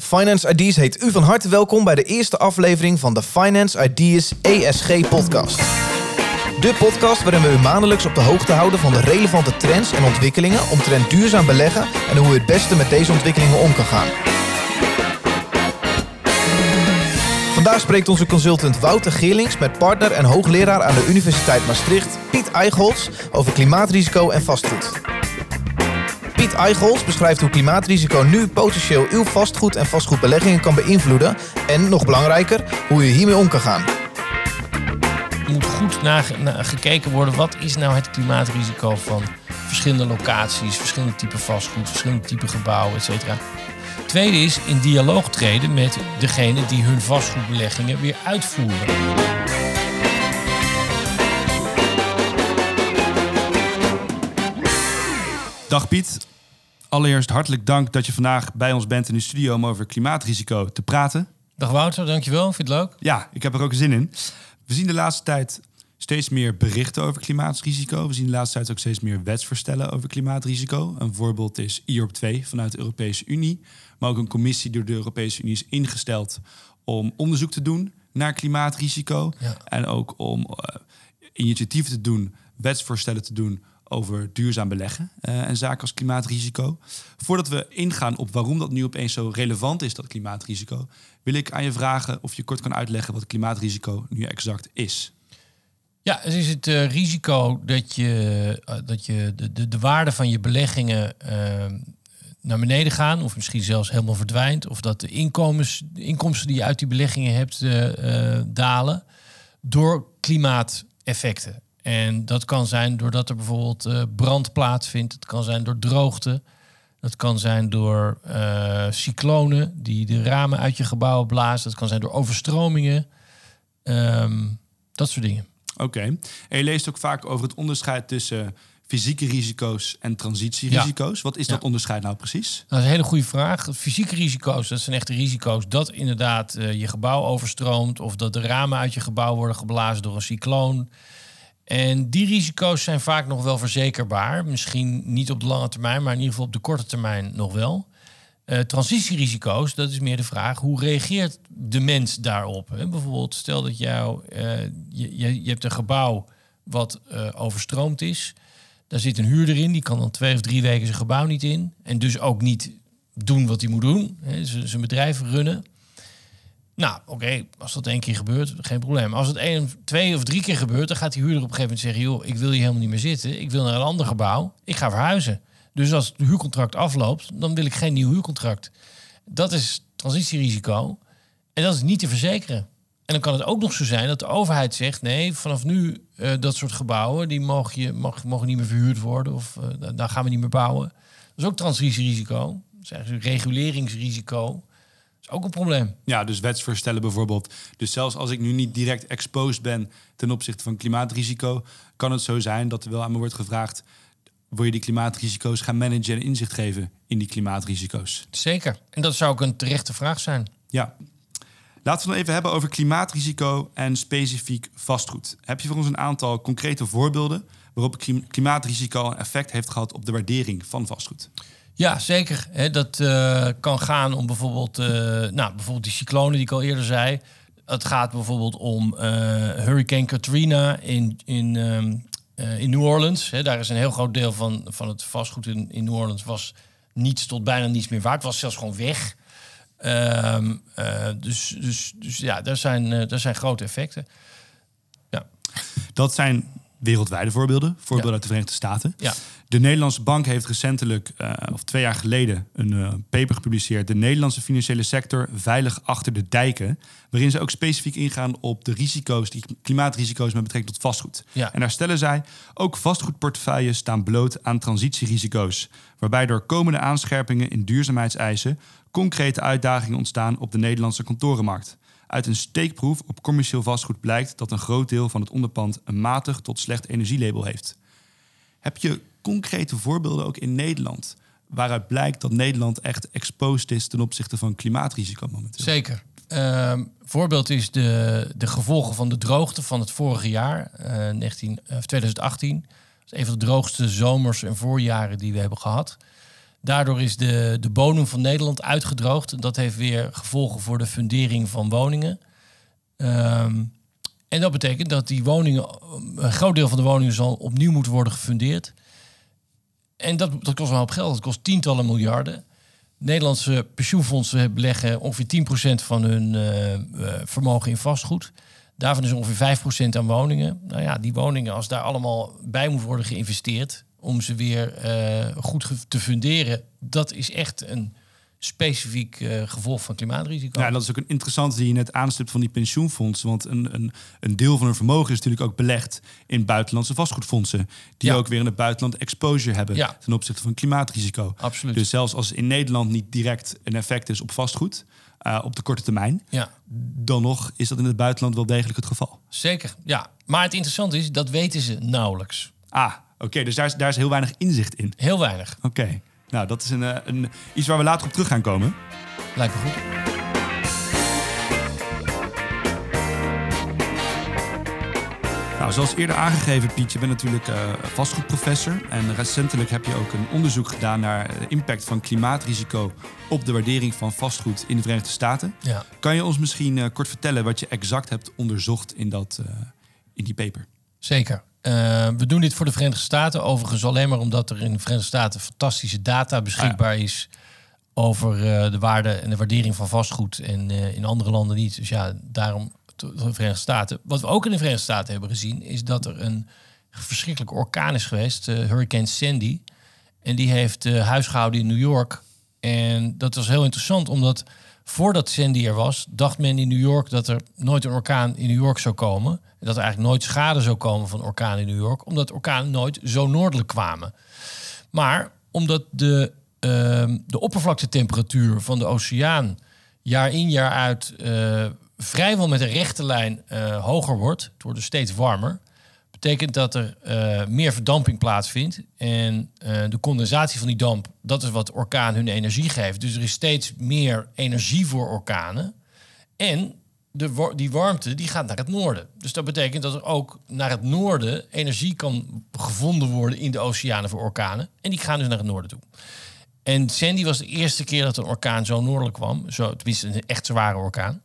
Finance Ideas heet u van harte welkom bij de eerste aflevering van de Finance Ideas ESG podcast. De podcast waarin we u maandelijks op de hoogte houden van de relevante trends en ontwikkelingen omtrent duurzaam beleggen en hoe u het beste met deze ontwikkelingen om kan gaan. Vandaag spreekt onze consultant Wouter Geerlings met partner en hoogleraar aan de Universiteit Maastricht, Piet Eichholz, over klimaatrisico en vastgoed. Piet Eichholz beschrijft hoe klimaatrisico nu potentieel uw vastgoed en vastgoedbeleggingen kan beïnvloeden en, nog belangrijker, hoe u hiermee om kan gaan. Er moet goed gekeken worden, wat is nou het klimaatrisico van verschillende locaties, verschillende typen vastgoed, verschillende typen gebouwen, etc. Tweede is in dialoog treden met degene die hun vastgoedbeleggingen weer uitvoeren. Dag Piet. Allereerst hartelijk dank dat je vandaag bij ons bent in de studio om over klimaatrisico te praten. Dag Wouter, dankjewel. Vind je het leuk? Ja, ik heb er ook zin in. We zien de laatste tijd steeds meer berichten over klimaatrisico. We zien de laatste tijd ook steeds meer wetsvoorstellen over klimaatrisico. Een voorbeeld is IORP 2 vanuit de Europese Unie. Maar ook een commissie door de Europese Unie is ingesteld om onderzoek te doen naar klimaatrisico. Ja. En ook om initiatieven te doen, wetsvoorstellen te doen over duurzaam beleggen en zaken als klimaatrisico. Voordat we ingaan op waarom dat nu opeens zo relevant is, dat klimaatrisico, wil ik aan je vragen of je kort kan uitleggen wat klimaatrisico nu exact is. Ja, het is het risico dat je de waarde van je beleggingen naar beneden gaan, of misschien zelfs helemaal verdwijnt, of dat de inkomsten die je uit die beleggingen hebt dalen door klimaateffecten. En dat kan zijn doordat er bijvoorbeeld brand plaatsvindt. Het kan zijn door droogte. Dat kan zijn door cyclonen die de ramen uit je gebouwen blazen. Dat kan zijn door overstromingen. Dat soort dingen. Oké. En je leest ook vaak over het onderscheid tussen fysieke risico's en transitierisico's. Ja. Wat is dat onderscheid nou precies? Dat is een hele goede vraag. Fysieke risico's, dat zijn echte risico's dat inderdaad je gebouw overstroomt, of dat de ramen uit je gebouw worden geblazen door een cycloon. En die risico's zijn vaak nog wel verzekerbaar. Misschien niet op de lange termijn, maar in ieder geval op de korte termijn nog wel. Transitierisico's, dat is meer de vraag, hoe reageert de mens daarop? Bijvoorbeeld, stel dat je hebt een gebouw wat overstroomd is. Daar zit een huurder in, die kan dan 2 of 3 weken zijn gebouw niet in. En dus ook niet doen wat hij moet doen, zijn bedrijf runnen. Nou, oké, als dat 1 keer gebeurt, geen probleem. Als het 1, 2 of 3 keer gebeurt, dan gaat die huurder op een gegeven moment zeggen, joh, ik wil hier helemaal niet meer zitten. Ik wil naar een ander gebouw. Ik ga verhuizen. Dus als het huurcontract afloopt, dan wil ik geen nieuw huurcontract. Dat is transitierisico. En dat is niet te verzekeren. En dan kan het ook nog zo zijn dat de overheid zegt, nee, vanaf nu dat soort gebouwen, die mogen niet meer verhuurd worden, of daar gaan we niet meer bouwen. Dat is ook transitierisico. Dat is eigenlijk een reguleringsrisico. Dat is ook een probleem. Ja, dus wetsvoorstellen bijvoorbeeld. Dus zelfs als ik nu niet direct exposed ben ten opzichte van klimaatrisico, kan het zo zijn dat er wel aan me wordt gevraagd, wil je die klimaatrisico's gaan managen en inzicht geven in die klimaatrisico's? Zeker. En dat zou ook een terechte vraag zijn. Ja. Laten we het even hebben over klimaatrisico en specifiek vastgoed. Heb je voor ons een aantal concrete voorbeelden waarop klimaatrisico een effect heeft gehad op de waardering van vastgoed? Ja, zeker. Dat kan gaan om bijvoorbeeld die cyclonen die ik al eerder zei. Het gaat bijvoorbeeld om Hurricane Katrina in New Orleans. Daar is een heel groot deel van het vastgoed in New Orleans was niets tot bijna niets meer waard. Het was zelfs gewoon weg. Dus ja, daar zijn grote effecten. Ja. Dat zijn wereldwijde voorbeelden uit de Verenigde Staten. Ja. De Nederlandse Bank heeft recentelijk, 2 jaar geleden, een paper gepubliceerd, de Nederlandse financiële sector veilig achter de dijken, waarin ze ook specifiek ingaan op de risico's, die klimaatrisico's met betrekking tot vastgoed. Ja. En daar stellen zij, ook vastgoedportefeuilles staan bloot aan transitierisico's, waarbij door komende aanscherpingen in duurzaamheidseisen concrete uitdagingen ontstaan op de Nederlandse kantorenmarkt. Uit een steekproef op commercieel vastgoed blijkt dat een groot deel van het onderpand een matig tot slecht energielabel heeft. Heb je concrete voorbeelden ook in Nederland waaruit blijkt dat Nederland echt exposed is ten opzichte van klimaatrisico momenteel? Zeker. Voorbeeld is de gevolgen van de droogte van het vorige jaar, 2018. Dat is een van de droogste zomers en voorjaren die we hebben gehad. Daardoor is de bodem van Nederland uitgedroogd. Dat heeft weer gevolgen voor de fundering van woningen. En dat betekent dat die woningen, een groot deel van de woningen zal opnieuw moeten worden gefundeerd. En dat kost wel een hoop geld. Dat kost tientallen miljarden. Nederlandse pensioenfondsen beleggen ongeveer 10% van hun vermogen in vastgoed. Daarvan is ongeveer 5% aan woningen. Nou ja, die woningen, als daar allemaal bij moet worden geïnvesteerd om ze weer goed te funderen, dat is echt een specifiek gevolg van klimaatrisico. Ja, dat is ook een interessante die je net aanstipt van die pensioenfondsen. Want een deel van hun vermogen is natuurlijk ook belegd in buitenlandse vastgoedfondsen. Die ook weer in het buitenland exposure hebben ten opzichte van klimaatrisico. Absoluut. Dus zelfs als in Nederland niet direct een effect is op vastgoed, op de korte termijn, dan nog is dat in het buitenland wel degelijk het geval. Zeker, ja. Maar het interessante is, dat weten ze nauwelijks. Oké, dus daar is heel weinig inzicht in. Heel weinig. Oké. Nou, dat is iets waar we later op terug gaan komen. Lijkt me goed. Nou, zoals eerder aangegeven, Piet, je bent natuurlijk vastgoedprofessor. En recentelijk heb je ook een onderzoek gedaan naar de impact van klimaatrisico op de waardering van vastgoed in de Verenigde Staten. Ja. Kan je ons misschien kort vertellen wat je exact hebt onderzocht in die paper? Zeker. We doen dit voor de Verenigde Staten. Overigens alleen maar omdat er in de Verenigde Staten fantastische data beschikbaar is over de waarde en de waardering van vastgoed. En in andere landen niet. Dus ja, daarom de Verenigde Staten. Wat we ook in de Verenigde Staten hebben gezien, is dat er een verschrikkelijke orkaan is geweest. Hurricane Sandy. En die heeft huis gehouden in New York. En dat was heel interessant, omdat voordat Sandy er was, dacht men in New York dat er nooit een orkaan in New York zou komen. En dat er eigenlijk nooit schade zou komen van orkanen in New York, omdat orkanen nooit zo noordelijk kwamen. Maar omdat de oppervlaktetemperatuur van de oceaan jaar in jaar uit vrijwel met een rechte lijn hoger wordt, het wordt dus steeds warmer, betekent dat er meer verdamping plaatsvindt. En de condensatie van die damp, dat is wat orkaan hun energie geeft. Dus er is steeds meer energie voor orkanen. En die warmte die gaat naar het noorden. Dus dat betekent dat er ook naar het noorden energie kan gevonden worden in de oceanen voor orkanen. En die gaan dus naar het noorden toe. En Sandy was de eerste keer dat een orkaan zo noordelijk kwam. Tenminste, een echt zware orkaan.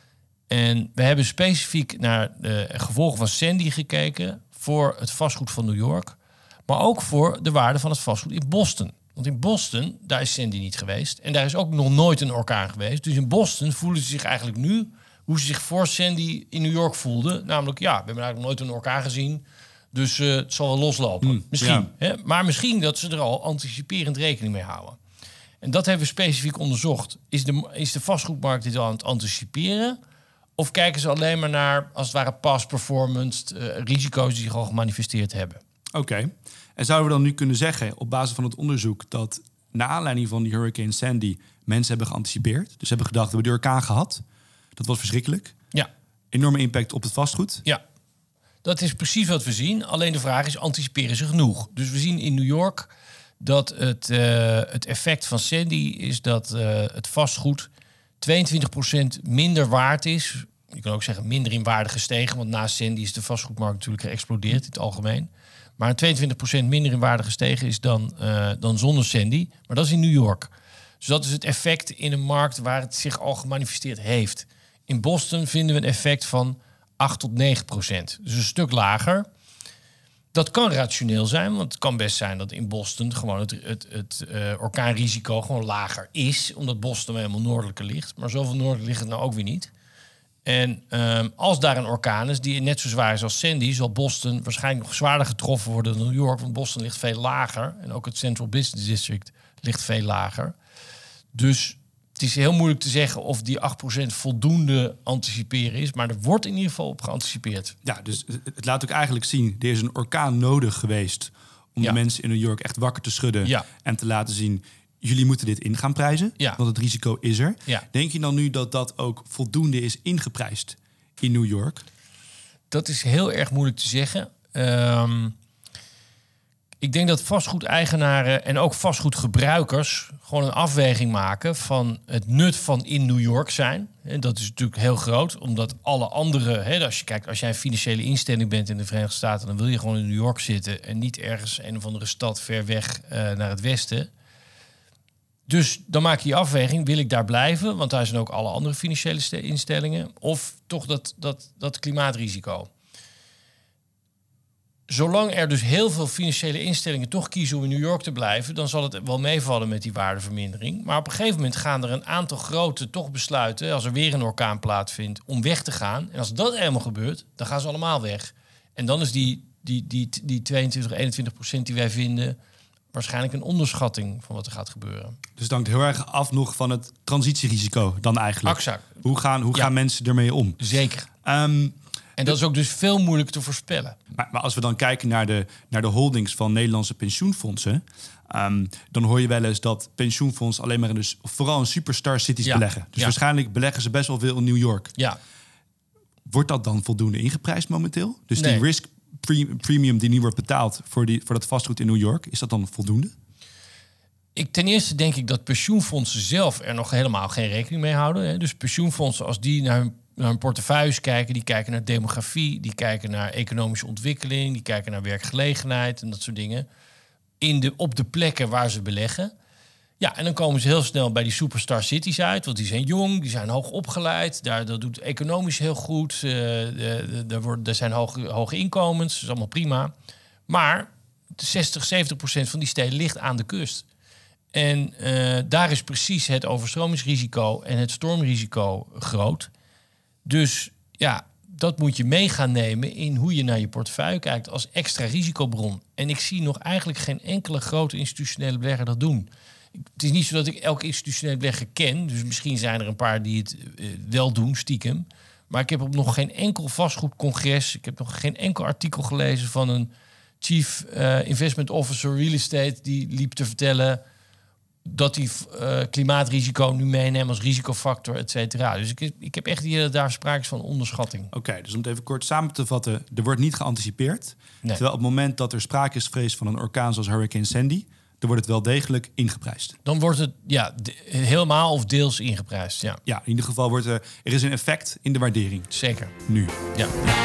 En we hebben specifiek naar de gevolgen van Sandy gekeken voor het vastgoed van New York, maar ook voor de waarde van het vastgoed in Boston. Want in Boston, daar is Sandy niet geweest en daar is ook nog nooit een orkaan geweest. Dus in Boston voelen ze zich eigenlijk nu hoe ze zich voor Sandy in New York voelden. Namelijk, ja, we hebben eigenlijk nooit een orkaan gezien, dus het zal wel loslopen. Misschien. Ja. Hè? Maar misschien dat ze er al anticiperend rekening mee houden. En dat hebben we specifiek onderzocht. Is de vastgoedmarkt dit al aan het anticiperen? Of kijken ze alleen maar naar, als het ware, past performance, risico's die zich al gemanifesteerd hebben? Oké. En zouden we dan nu kunnen zeggen, op basis van het onderzoek, dat naar aanleiding van die Hurricane Sandy mensen hebben geanticipeerd? Dus hebben gedacht, we hebben de orkaan gehad. Dat was verschrikkelijk. Ja. Enorme impact op het vastgoed. Ja. Dat is precies wat we zien. Alleen de vraag is, anticiperen ze genoeg? Dus we zien in New York dat het effect van Sandy is dat het vastgoed 22% minder waard is. Je kan ook zeggen minder in waarde gestegen, want na Sandy is de vastgoedmarkt natuurlijk geëxplodeerd in het algemeen. Maar 22% minder in waarde gestegen is dan zonder Sandy. Maar dat is in New York. Dus dat is het effect in een markt waar het zich al gemanifesteerd heeft. In Boston vinden we een effect van 8 tot 9%. Dus een stuk lager. Dat kan rationeel zijn, want het kan best zijn dat in Boston gewoon het orkaanrisico gewoon lager is, omdat Boston helemaal noordelijker ligt. Maar zoveel noordelijk ligt het nou ook weer niet. En als daar een orkaan is die net zo zwaar is als Sandy, zal Boston waarschijnlijk nog zwaarder getroffen worden dan New York, want Boston ligt veel lager. En ook het Central Business District ligt veel lager. Dus het is heel moeilijk te zeggen of die 8% voldoende anticiperen is, maar er wordt in ieder geval op geanticipeerd. Ja, dus het laat ook eigenlijk zien, er is een orkaan nodig geweest om de mensen in New York echt wakker te schudden en te laten zien, jullie moeten dit in gaan prijzen, want het risico is er. Ja. Denk je dan nu dat dat ook voldoende is ingeprijsd in New York? Dat is heel erg moeilijk te zeggen. Ik denk dat vastgoedeigenaren en ook vastgoedgebruikers gewoon een afweging maken van het nut van in New York zijn. En dat is natuurlijk heel groot, omdat alle andere, als jij een financiële instelling bent in de Verenigde Staten, dan wil je gewoon in New York zitten en niet ergens een of andere stad ver weg naar het westen. Dus dan maak je afweging, wil ik daar blijven? Want daar zijn ook alle andere financiële instellingen. Of toch dat klimaatrisico. Zolang er dus heel veel financiële instellingen toch kiezen om in New York te blijven, dan zal het wel meevallen met die waardevermindering. Maar op een gegeven moment gaan er een aantal grote toch besluiten, als er weer een orkaan plaatsvindt, om weg te gaan. En als dat helemaal gebeurt, dan gaan ze allemaal weg. En dan is die 22-21% die wij vinden waarschijnlijk een onderschatting van wat er gaat gebeuren. Dus het hangt heel erg af nog van het transitierisico dan eigenlijk. Exact. Hoe gaan mensen ermee om? Zeker. En dat is ook dus veel moeilijker te voorspellen. Maar als we dan kijken naar de holdings van Nederlandse pensioenfondsen, dan hoor je wel eens dat pensioenfondsen alleen maar vooral in superstar cities beleggen. Dus waarschijnlijk beleggen ze best wel veel in New York. Ja. Wordt dat dan voldoende ingeprijsd momenteel? Dus Nee. die risk premium die nu wordt betaald voor dat vastgoed in New York, is dat dan voldoende? Ten eerste denk ik dat pensioenfondsen zelf er nog helemaal geen rekening mee houden. Hè. Dus pensioenfondsen, als die naar hun portefeuilles kijken, die kijken naar demografie, die kijken naar economische ontwikkeling, die kijken naar werkgelegenheid en dat soort dingen. Op de plekken waar ze beleggen. Ja, en dan komen ze heel snel bij die superstar cities uit, want die zijn jong, die zijn hoog opgeleid, dat doet economisch heel goed, er zijn hoge inkomens, dat is allemaal prima. Maar 60-70% van die steden ligt aan de kust. En daar is precies het overstromingsrisico en het stormrisico groot. Dus ja, dat moet je mee gaan nemen in hoe je naar je portefeuille kijkt als extra risicobron. En ik zie nog eigenlijk geen enkele grote institutionele belegger dat doen. Het is niet zo dat ik elke institutionele belegger ken. Dus misschien zijn er een paar die het wel doen, stiekem. Maar ik heb op nog geen enkel vastgoedcongres, ik heb nog geen enkel artikel gelezen van een chief investment officer real estate die liep te vertellen dat die klimaatrisico nu meenemen als risicofactor, et cetera. Dus ik heb echt hier daar sprake van onderschatting. Oké, dus om het even kort samen te vatten, er wordt niet geanticipeerd. Nee. Terwijl op het moment dat er sprake is geweest van een orkaan zoals Hurricane Sandy, dan wordt het wel degelijk ingeprijsd. Dan wordt het helemaal of deels ingeprijsd. Ja, Ja, in ieder geval wordt er is een effect in de waardering. zeker. Nu. Ja.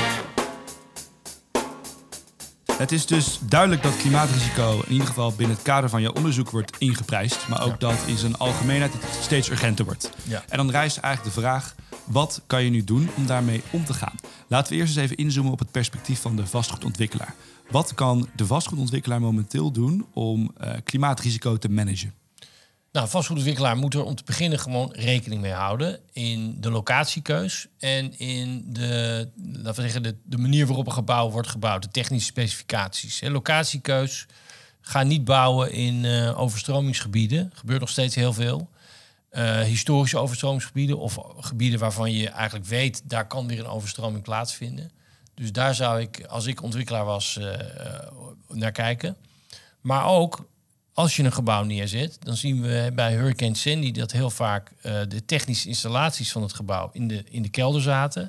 Het is dus duidelijk dat klimaatrisico in ieder geval binnen het kader van jouw onderzoek wordt ingeprijsd. Maar ook dat in zijn algemeenheid het steeds urgenter wordt. Ja. En dan rijst eigenlijk de vraag, wat kan je nu doen om daarmee om te gaan? Laten we eerst eens even inzoomen op het perspectief van de vastgoedontwikkelaar. Wat kan de vastgoedontwikkelaar momenteel doen om klimaatrisico te managen? Nou, vastgoedontwikkelaar moet er om te beginnen gewoon rekening mee houden in de locatiekeus en in laten we zeggen, de manier waarop een gebouw wordt gebouwd, de technische specificaties. Locatiekeus, ga niet bouwen in overstromingsgebieden, er gebeurt nog steeds heel veel. Historische overstromingsgebieden of gebieden waarvan je eigenlijk weet, daar kan weer een overstroming plaatsvinden. Dus daar zou ik, als ik ontwikkelaar was, naar kijken. Maar ook, als je een gebouw neerzet, dan zien we bij Hurricane Sandy dat heel vaak de technische installaties van het gebouw in de kelder zaten.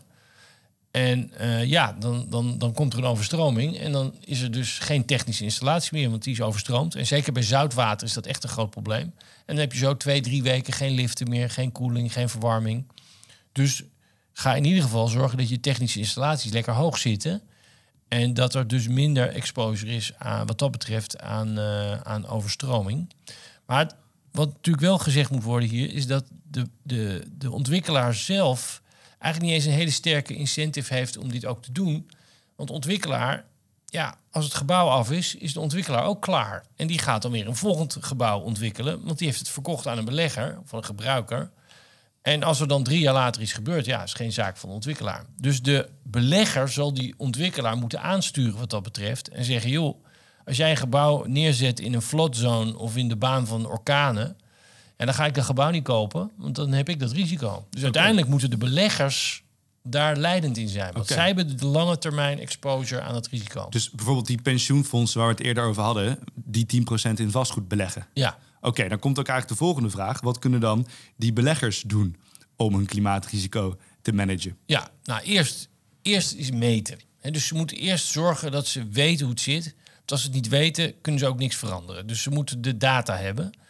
En dan komt er een overstroming en dan is er dus geen technische installatie meer, want die is overstroomd. En zeker bij zoutwater is dat echt een groot probleem. En dan heb je zo 2-3 weken geen liften meer, geen koeling, geen verwarming. Dus ga in ieder geval zorgen dat je technische installaties lekker hoog zitten. En dat er dus minder exposure is wat dat betreft aan overstroming. Maar wat natuurlijk wel gezegd moet worden hier, is dat de ontwikkelaar zelf eigenlijk niet eens een hele sterke incentive heeft om dit ook te doen. Want ontwikkelaar, ja, als het gebouw af is de ontwikkelaar ook klaar. En die gaat dan weer een volgend gebouw ontwikkelen, want die heeft het verkocht aan een belegger of een gebruiker. En als er dan 3 jaar later iets gebeurt, is geen zaak van de ontwikkelaar. Dus de belegger zal die ontwikkelaar moeten aansturen wat dat betreft. En zeggen, joh, als jij een gebouw neerzet in een flood-zone of in de baan van orkanen, en dan ga ik dat gebouw niet kopen, want dan heb ik dat risico. Dus uiteindelijk moeten de beleggers daar leidend in zijn. Want zij hebben de lange termijn exposure aan het risico. Dus bijvoorbeeld die pensioenfondsen waar we het eerder over hadden, die 10% in vastgoed beleggen. Ja. Oké, dan komt ook eigenlijk de volgende vraag. Wat kunnen dan die beleggers doen om hun klimaatrisico te managen? Ja, nou eerst is meten. Dus ze moeten eerst zorgen dat ze weten hoe het zit. Want als ze het niet weten, kunnen ze ook niks veranderen. Dus ze moeten de data hebben.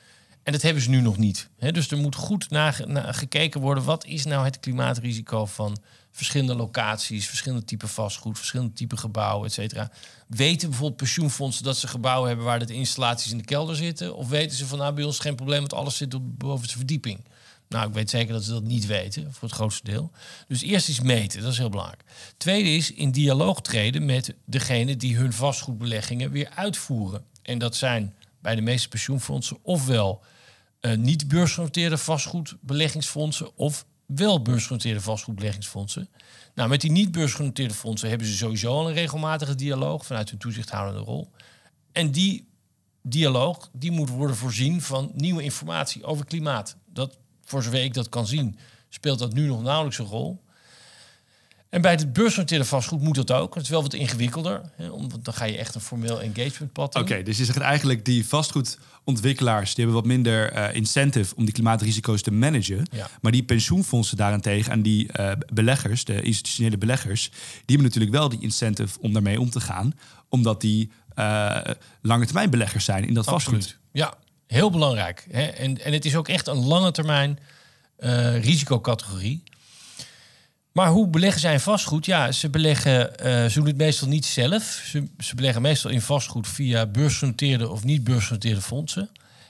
En dat hebben ze nu nog niet. Dus er moet goed naar gekeken worden. Wat is nou het klimaatrisico van verschillende locaties, verschillende typen vastgoed, verschillende typen gebouwen, et cetera. Weten bijvoorbeeld pensioenfondsen dat ze gebouwen hebben waar de installaties in de kelder zitten? Of weten ze van bij ons geen probleem, want alles zit op de bovenste verdieping? Nou, ik weet zeker dat ze dat niet weten, voor het grootste deel. Dus eerst is meten, dat is heel belangrijk. Tweede is in dialoog treden met degene die hun vastgoedbeleggingen weer uitvoeren. En dat zijn bij de meeste pensioenfondsen ofwel niet beursgenoteerde vastgoedbeleggingsfondsen of wel beursgenoteerde vastgoedbeleggingsfondsen. Nou, met die niet beursgenoteerde fondsen hebben ze sowieso al een regelmatige dialoog vanuit hun toezichthoudende rol. En die dialoog die moet worden voorzien van nieuwe informatie over klimaat. Dat, voor zover ik dat kan zien, speelt dat nu nog nauwelijks een rol. En bij het beursgenoteerde vastgoed moet dat ook. Het is wel wat ingewikkelder, want dan ga je echt een formeel engagementpad in. Oké, dus je zegt eigenlijk die vastgoedontwikkelaars die hebben wat minder incentive om die klimaatrisico's te managen. Ja. Maar die pensioenfondsen daarentegen en die beleggers, de institutionele beleggers, die hebben natuurlijk wel die incentive om daarmee om te gaan. Omdat die lange termijn beleggers zijn in dat Absoluut. vastgoed. Ja, heel belangrijk. Hè? En het is ook echt een lange termijn risicocategorie. Maar hoe beleggen zij in vastgoed? Ja, ze doen het meestal niet zelf. Ze beleggen meestal in vastgoed via beursgenoteerde of niet beursgenoteerde fondsen.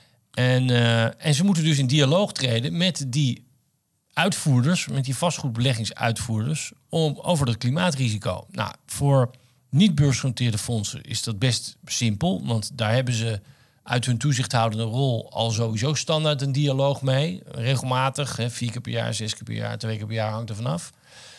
En ze moeten dus in dialoog treden met die uitvoerders, met die vastgoedbeleggingsuitvoerders, over dat klimaatrisico. Nou, voor niet beursgenoteerde fondsen is dat best simpel, want daar hebben ze uit hun toezichthoudende rol al sowieso standaard een dialoog mee. Regelmatig, 4 keer per jaar, 6 keer per jaar, 2 keer per jaar, hangt er vanaf.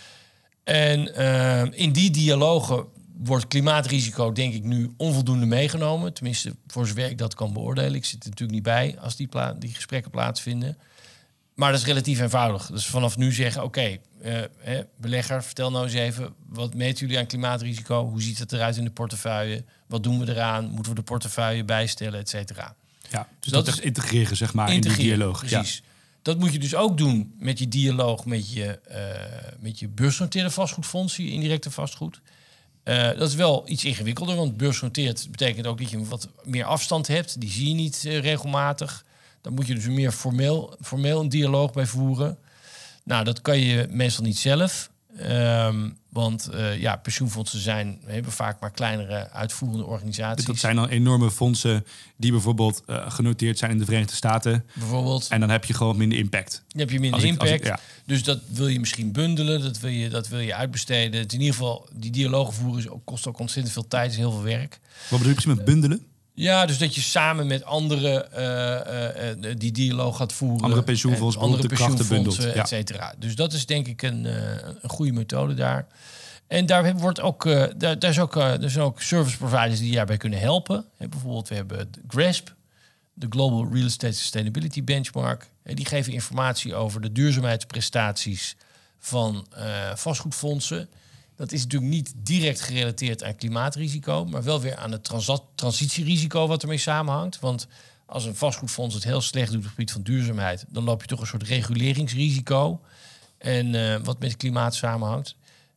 En in die dialogen wordt klimaatrisico denk ik nu onvoldoende meegenomen. Tenminste, voor zover ik dat kan beoordelen. Ik zit er natuurlijk niet bij als die gesprekken plaatsvinden. Maar dat is relatief eenvoudig. Dus vanaf nu zeggen, oké, belegger, vertel nou eens even, wat meten jullie aan klimaatrisico? Hoe ziet het eruit in de portefeuille? Wat doen we eraan? Moeten we de portefeuille bijstellen, et cetera? Ja, dus dat echt integreren, zeg maar, in die dialoog. Precies. Ja. Dat moet je dus ook doen met je dialoog met je beursgenoteerde vastgoedfonds, je indirecte vastgoed. Dat is wel iets ingewikkelder, want beursgenoteerd betekent ook dat je wat meer afstand hebt. Die zie je niet regelmatig. Dan moet je dus meer formeel een dialoog bij voeren. Nou, dat kan je meestal niet zelf. Want pensioenfondsen hebben vaak maar kleinere uitvoerende organisaties. Dat zijn dan enorme fondsen die bijvoorbeeld genoteerd zijn in de Verenigde Staten. Bijvoorbeeld. En dan heb je gewoon minder impact. Dan heb je minder impact. Dus dat wil je misschien bundelen, dat wil je uitbesteden. Het in ieder geval, die dialogen voeren kost ook ontzettend veel tijd, is heel veel werk. Wat bedoel je precies met bundelen? Ja, dus dat je samen met anderen die dialoog gaat voeren. Andere pensioenfondsen, andere pensioenfondsen, et cetera. Dus dat is denk ik een goede methode daar. En daar wordt ook, er zijn ook service providers die daarbij kunnen helpen. Bijvoorbeeld, we hebben GRESB, de Global Real Estate Sustainability Benchmark. Die geven informatie over de duurzaamheidsprestaties van vastgoedfondsen. Dat is natuurlijk niet direct gerelateerd aan klimaatrisico, maar wel weer aan het transitierisico wat ermee samenhangt. Want als een vastgoedfonds het heel slecht doet op het gebied van duurzaamheid, dan loop je toch een soort reguleringsrisico. En wat met het klimaat samenhangt.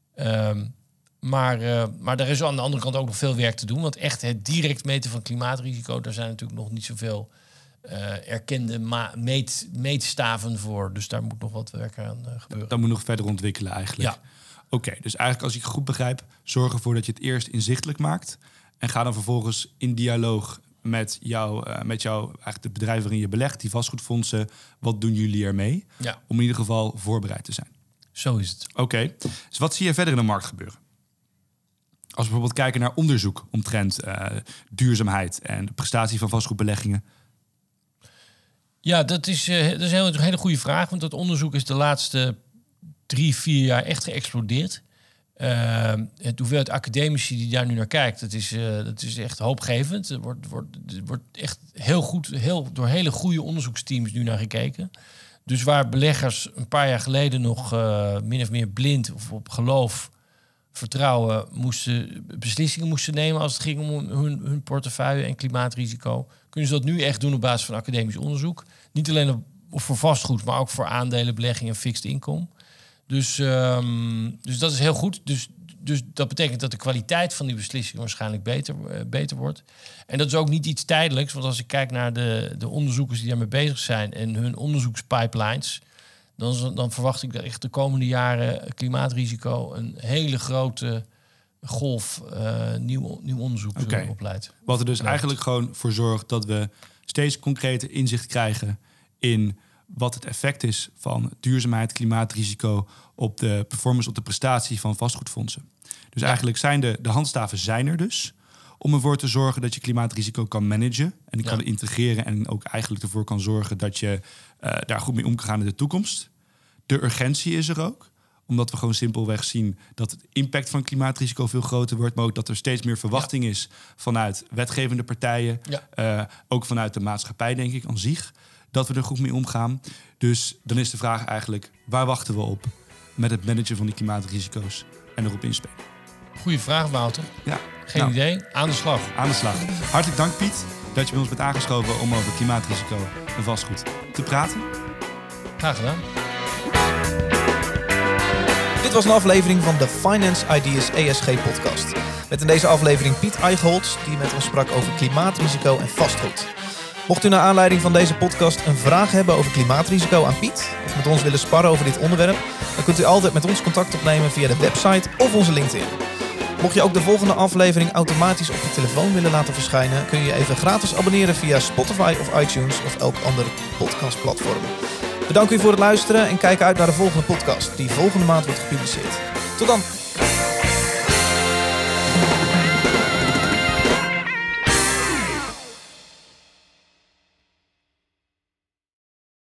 Maar er is aan de andere kant ook nog veel werk te doen. Want echt het direct meten van klimaatrisico, daar zijn natuurlijk nog niet zoveel erkende meetstaven voor. Dus daar moet nog wat werk aan gebeuren. Dat moet nog verder ontwikkelen eigenlijk. Ja. Oké, dus eigenlijk als ik goed begrijp, zorg ervoor dat je het eerst inzichtelijk maakt. En ga dan vervolgens in dialoog met jou, eigenlijk het bedrijf waarin je belegt, die vastgoedfondsen. Wat doen jullie ermee? Ja. Om in ieder geval voorbereid te zijn. Zo is het. Oké, dus wat zie je verder in de markt gebeuren? Als we bijvoorbeeld kijken naar onderzoek omtrent duurzaamheid en de prestatie van vastgoedbeleggingen. Ja, dat is een hele goede vraag. Want dat onderzoek is de laatste 3-4 jaar echt geëxplodeerd. Het hoeveelheid academici die daar nu naar kijkt, dat is echt hoopgevend. Er wordt echt heel goed, door hele goede onderzoeksteams nu naar gekeken. Dus waar beleggers een paar jaar geleden nog min of meer blind of op geloof, vertrouwen beslissingen moesten nemen als het ging om hun portefeuille en klimaatrisico, kunnen ze dat nu echt doen op basis van academisch onderzoek. Niet alleen voor vastgoed, maar ook voor aandelenbelegging en fixed income. Dus dat is heel goed. Dus Dus dat betekent dat de kwaliteit van die beslissingen waarschijnlijk beter wordt. En dat is ook niet iets tijdelijks. Want als ik kijk naar de onderzoekers die daarmee bezig zijn en hun onderzoekspipelines, dan verwacht ik dat echt de komende jaren klimaatrisico een hele grote golf nieuw onderzoek opleidt. Wat er dus eigenlijk gewoon voor zorgt dat we steeds concreter inzicht krijgen in wat het effect is van duurzaamheid, klimaatrisico op de performance, op de prestatie van vastgoedfondsen. Dus eigenlijk zijn de handstaven zijn er dus om ervoor te zorgen dat je klimaatrisico kan managen en kan integreren en ook eigenlijk ervoor kan zorgen dat je daar goed mee om kan gaan in de toekomst. De urgentie is er ook, omdat we gewoon simpelweg zien dat het impact van klimaatrisico veel groter wordt, maar ook dat er steeds meer verwachting is vanuit wetgevende partijen, ook vanuit de maatschappij, denk ik, aan zich, dat we er goed mee omgaan. Dus dan is de vraag eigenlijk, waar wachten we op met het managen van die klimaatrisico's en erop inspelen? Goeie vraag, Wouter. Ja. Geen idee. Aan de slag. Aan de slag. Hartelijk dank, Piet, dat je bij ons bent aangeschoven om over klimaatrisico en vastgoed te praten. Graag gedaan. Dit was een aflevering van de Finance Ideas ESG-podcast. Met in deze aflevering Piet Eichholz, die met ons sprak over klimaatrisico en vastgoed. Mocht u naar aanleiding van deze podcast een vraag hebben over klimaatrisico aan Piet, of met ons willen sparren over dit onderwerp, dan kunt u altijd met ons contact opnemen via de website of onze LinkedIn. Mocht je ook de volgende aflevering automatisch op je telefoon willen laten verschijnen, kun je je even gratis abonneren via Spotify of iTunes of elk ander podcastplatform. Bedankt u voor het luisteren en kijk uit naar de volgende podcast, die volgende maand wordt gepubliceerd. Tot dan!